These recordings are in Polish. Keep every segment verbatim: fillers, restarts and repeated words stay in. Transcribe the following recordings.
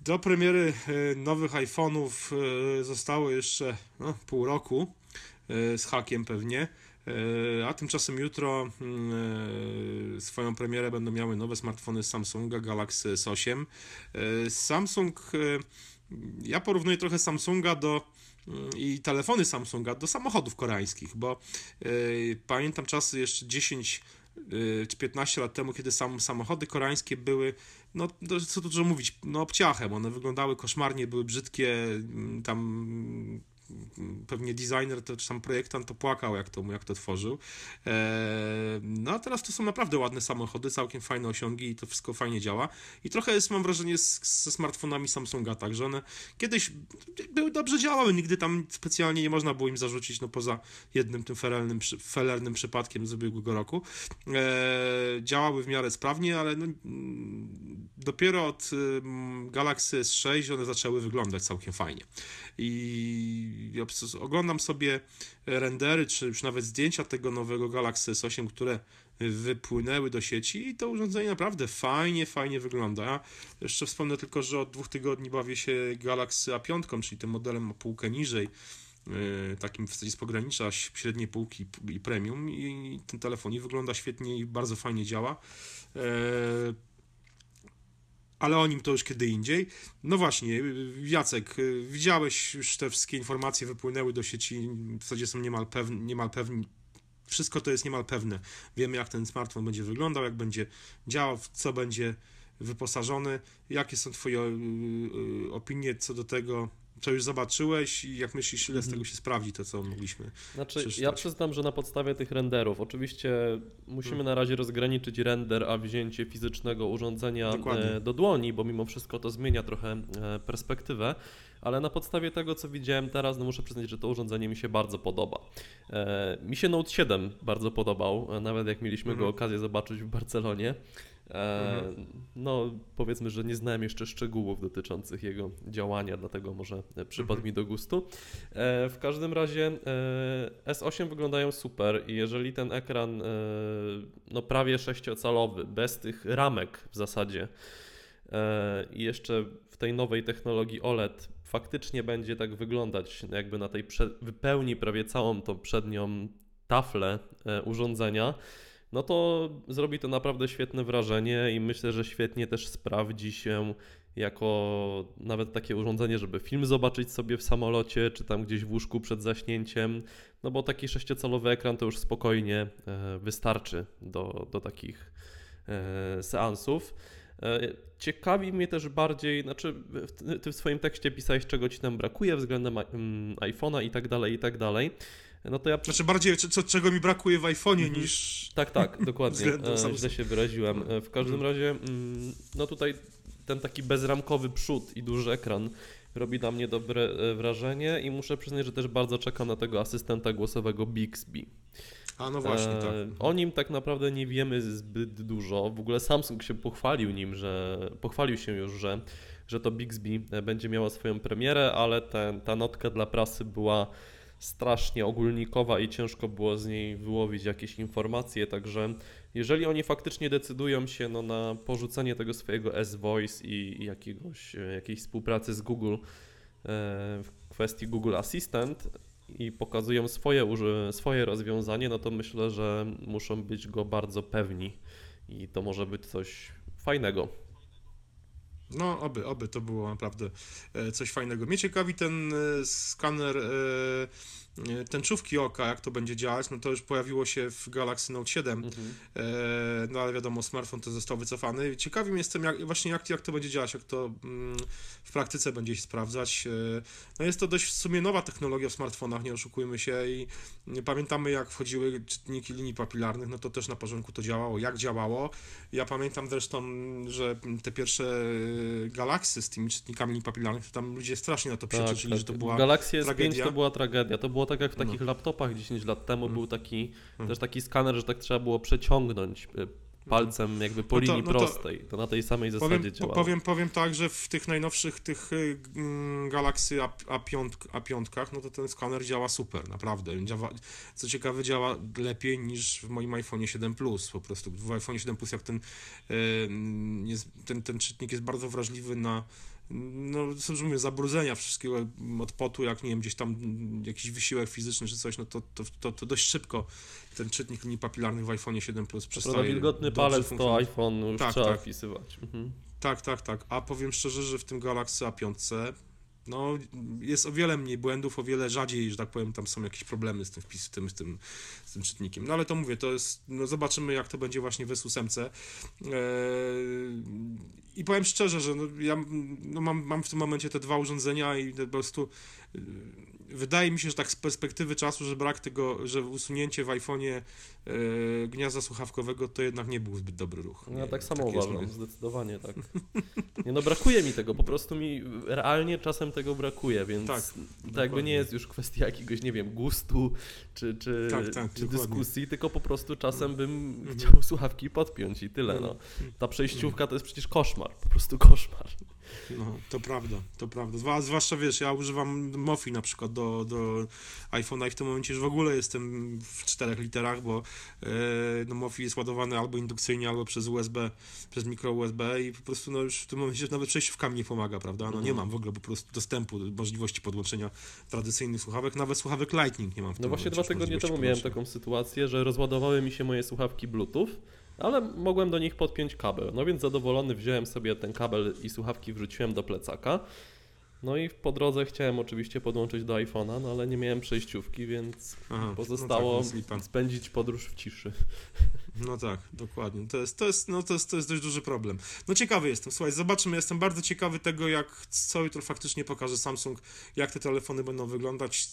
Do premiery nowych iPhone'ów zostało jeszcze no, pół roku, z hakiem pewnie, a tymczasem jutro swoją premierę będą miały nowe smartfony Samsunga Galaxy S osiem. Samsung, ja porównuję trochę Samsunga do i telefony Samsunga do samochodów koreańskich, bo pamiętam czasy jeszcze dziesięć czy piętnaście lat temu, kiedy sam, samochody koreańskie były, no co tu dużo mówić, no obciachem, one wyglądały koszmarnie, były brzydkie, tam pewnie designer, to, czy tam projektant to płakał, jak to, jak to tworzył. Eee, no a teraz to są naprawdę ładne samochody, całkiem fajne osiągi i to wszystko fajnie działa. I trochę jest, mam wrażenie, z, ze smartfonami Samsunga, tak, że one kiedyś były dobrze działały, nigdy tam specjalnie nie można było im zarzucić, no poza jednym tym felernym, felernym przypadkiem z ubiegłego roku. Eee, działały w miarę sprawnie, ale no, dopiero od Galaxy S sześć one zaczęły wyglądać całkiem fajnie. I oglądam sobie rendery, czy już nawet zdjęcia tego nowego Galaxy S osiem, które wypłynęły do sieci i to urządzenie naprawdę fajnie, fajnie wygląda. Ja jeszcze wspomnę tylko, że od dwóch tygodni bawię się Galaxy A pięć, czyli tym modelem o półkę niżej, takim w zasadzie z pogranicza średniej półki i premium, i ten telefonik wygląda świetnie i bardzo fajnie działa. Ale o nim to już kiedy indziej. No właśnie, Jacek, widziałeś już te wszystkie informacje, wypłynęły do sieci, w zasadzie są niemal pewni, niemal pewni, wszystko to jest niemal pewne. Wiemy, jak ten smartfon będzie wyglądał, jak będzie działał, w co będzie wyposażony. Jakie są twoje opinie co do tego, co już zobaczyłeś i jak myślisz, ile z tego się sprawdzi, to co mogliśmy Znaczy, przeczytać? ja przyznam, że na podstawie tych renderów, oczywiście musimy hmm. na razie rozgraniczyć render, a wzięcie fizycznego urządzenia Dokładnie. do dłoni, bo mimo wszystko to zmienia trochę perspektywę, ale na podstawie tego, co widziałem teraz, no muszę przyznać, że to urządzenie mi się bardzo podoba. E, mi się Note siedem bardzo podobał, nawet jak mieliśmy hmm. go okazję zobaczyć w Barcelonie. E, no powiedzmy, że nie znałem jeszcze szczegółów dotyczących jego działania, dlatego może przypadł mi do gustu. E, w każdym razie e, S osiem wyglądają super i jeżeli ten ekran e, no prawie sześciocalowy, bez tych ramek w zasadzie e, i jeszcze w tej nowej technologii O L E D faktycznie będzie tak wyglądać, jakby na tej prze- wypełni prawie całą tą przednią taflę e, urządzenia, no to zrobi to naprawdę świetne wrażenie i myślę, że świetnie też sprawdzi się jako nawet takie urządzenie, żeby film zobaczyć sobie w samolocie, czy tam gdzieś w łóżku przed zaśnięciem, no bo taki sześciocalowy ekran to już spokojnie wystarczy do, do takich seansów. Ciekawi mnie też bardziej, znaczy ty w swoim tekście pisałeś, czego ci tam brakuje względem iPhone'a i tak dalej, i tak dalej. No to ja... Znaczy bardziej, co, czego mi brakuje w iPhone'ie mm-hmm. niż... Tak, tak, dokładnie, e, źle się wyraziłem. W każdym mm. razie, no tutaj ten taki bezramkowy przód i duży ekran robi na mnie dobre wrażenie i muszę przyznać, że też bardzo czekam na tego asystenta głosowego Bixby. A no właśnie, tak. E, o nim tak naprawdę nie wiemy zbyt dużo. W ogóle Samsung się pochwalił nim, że pochwalił się już, że, że to Bixby będzie miała swoją premierę, ale ten, ta notka dla prasy była strasznie ogólnikowa i ciężko było z niej wyłowić jakieś informacje, także jeżeli oni faktycznie decydują się no, na porzucenie tego swojego S-Voice i, i jakiegoś, jakiejś współpracy z Google e, w kwestii Google Assistant i pokazują swoje, swoje rozwiązanie, no to myślę, że muszą być go bardzo pewni i to może być coś fajnego. No, oby, oby to było naprawdę coś fajnego. Mnie ciekawi ten skaner tęczówki oka, jak to będzie działać, no to już pojawiło się w Galaxy Note siedem, mhm. no ale wiadomo, smartfon to został wycofany. Ciekawi mnie jestem jak, właśnie jak, jak to będzie działać, jak to w praktyce będzie się sprawdzać. No jest to dość w sumie nowa technologia w smartfonach, nie oszukujmy się i pamiętamy jak wchodziły czytniki linii papilarnych, no to też na porządku to działało, jak działało. Ja pamiętam zresztą, że te pierwsze Galaxy z tymi czytnikami linii papilarnych, to tam ludzie strasznie na to przeczyli, tak, że to była Galaxy tragedia. S pięć to była tragedia, to było tak jak w takich no. laptopach dziesięć lat temu mm. był taki mm. też taki skaner, że tak trzeba było przeciągnąć palcem jakby po no to, linii no to prostej, to na tej samej zasadzie powiem, działało. Powiem, powiem tak, że w tych najnowszych tych mm, Galaxy A pięć, A pięć, no to ten skaner działa super, naprawdę. Działa, co ciekawe, działa lepiej niż w moim iPhone'ie siedem Plus, po prostu. W iPhone'ie siedem Plus jak ten, y, jest, ten, ten czytnik jest bardzo wrażliwy na no, co już mówię, zabrudzenia wszystkiego od potu, jak nie wiem, gdzieś tam jakiś wysiłek fizyczny czy coś, no to, to, to, to dość szybko ten czytnik linii papilarnych w iPhone'ie siedem Plus przestaje. Prawda, wilgotny palec to iPhone już tak, trzeba tak. wpisywać. Mhm. Tak, tak, tak. A powiem szczerze, że w tym Galaxy A pięć no, jest o wiele mniej błędów, o wiele rzadziej, że tak powiem, tam są jakieś problemy z tym wpisem, tym, z tym, z tym czytnikiem. No ale to mówię, to jest, no zobaczymy jak to będzie właśnie w S ósem. Eee, I powiem szczerze, że no, ja no, mam, mam w tym momencie te dwa urządzenia i po prostu yy, wydaje mi się, że tak z perspektywy czasu, że brak tego, że usunięcie w iPhone'ie yy, gniazda słuchawkowego to jednak nie był zbyt dobry ruch. No, ja nie, tak samo tak uważam, jest, zdecydowanie tak. Nie no, brakuje mi tego, po prostu mi realnie czasem tego brakuje, więc tak, to jakby nie jest już kwestia jakiegoś, nie wiem, gustu czy, czy, tak, tak, czy dokładnie. dyskusji, tylko po prostu czasem bym Mhm. chciał słuchawki podpiąć i tyle, no. Ta przejściówka to jest przecież koszmar, po prostu koszmar. No, to prawda, to prawda. Zwa- Zwłaszcza wiesz, ja używam Mofi na przykład do, do iPhone'a i w tym momencie już w ogóle jestem w czterech literach, bo e, no, Mofi jest ładowany albo indukcyjnie, albo przez U S B, przez mikro U S B i po prostu no, już w tym momencie nawet przejściówkami nie pomaga, prawda? No nie Mhm. mam w ogóle po prostu dostępu, możliwości podłączenia tradycyjnych słuchawek, nawet słuchawek Lightning nie mam w tym No właśnie momencie dwa tygodnie możliwości temu miałem podłączenia. taką sytuację, że rozładowały mi się moje słuchawki Bluetooth, ale mogłem do nich podpiąć kabel. No więc zadowolony wziąłem sobie ten kabel i słuchawki wrzuciłem do plecaka. No i po drodze chciałem oczywiście podłączyć do iPhone'a, no ale nie miałem przejściówki, więc Aha, pozostało no tak, no slipa. spędzić podróż w ciszy. No tak, dokładnie. To jest, to jest, no to jest, to jest dość duży problem. No ciekawy jestem, słuchaj, zobaczymy, jestem bardzo ciekawy tego, jak co jutro faktycznie pokaże Samsung, jak te telefony będą wyglądać.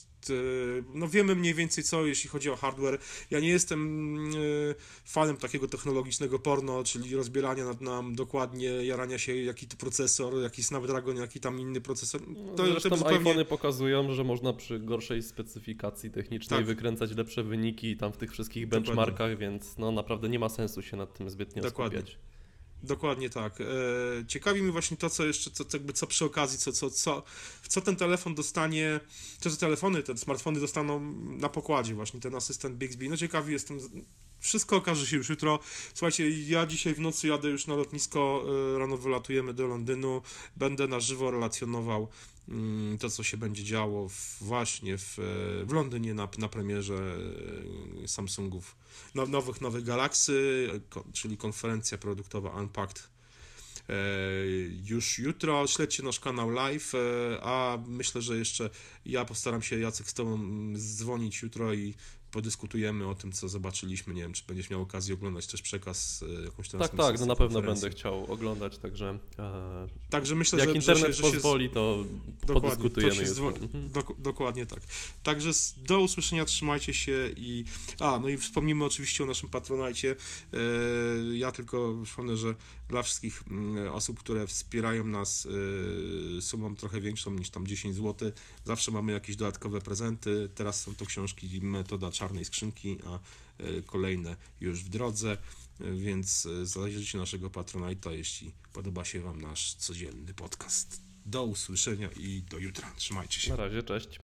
No wiemy mniej więcej co, jeśli chodzi o hardware. Ja nie jestem fanem takiego technologicznego porno, czyli rozbierania na, na dokładnie, jarania się, jaki to procesor, jaki Snapdragon, jaki tam inny procesor. To, Zresztą to zupełnie... iPhony pokazują, że można przy gorszej specyfikacji technicznej tak. wykręcać lepsze wyniki tam w tych wszystkich benchmarkach, dokładnie. Więc no naprawdę nie ma sensu się nad tym zbytnio dokładnie. skupiać. Dokładnie tak. E, ciekawi mnie właśnie to, co jeszcze, co, jakby co przy okazji, co, co, co, co ten telefon dostanie, co te telefony, te smartfony dostaną na pokładzie, właśnie ten asystent Bixby. No ciekawi jestem, wszystko okaże się już jutro. Słuchajcie, ja dzisiaj w nocy jadę już na lotnisko, e, rano wylatujemy do Londynu, będę na żywo relacjonował mm, to, co się będzie działo w, właśnie w, w Londynie na, na premierze Samsungów. No, nowych, nowych Galaxy, czyli konferencja produktowa Unpacked e, już jutro. Śledźcie nasz kanał live, e, a myślę, że jeszcze ja postaram się, Jacek, z tobą dzwonić jutro i podyskutujemy o tym, co zobaczyliśmy. Nie wiem, czy będziesz miał okazję oglądać też przekaz, jakąś transmisję. Tak, tak, no na pewno będę chciał oglądać, także, e, także myślę, jak że, internet że się, pozwoli, to dokładnie, podyskutujemy to się jutro. Zwo- dok- dokładnie tak. Także do usłyszenia, trzymajcie się i a, no i wspomnimy oczywiście o naszym Patronajcie. E, ja tylko przypomnę, że dla wszystkich m, osób, które wspierają nas e, sumą trochę większą niż tam dziesięć złotych, zawsze mamy jakieś dodatkowe prezenty. Teraz są to książki Metoda Czarnej Skrzynki, a e, kolejne już w drodze, e, więc e, zajrzyjcie naszego Patronite'a, jeśli podoba się wam nasz codzienny podcast. Do usłyszenia i do jutra. Trzymajcie się. Na razie, cześć.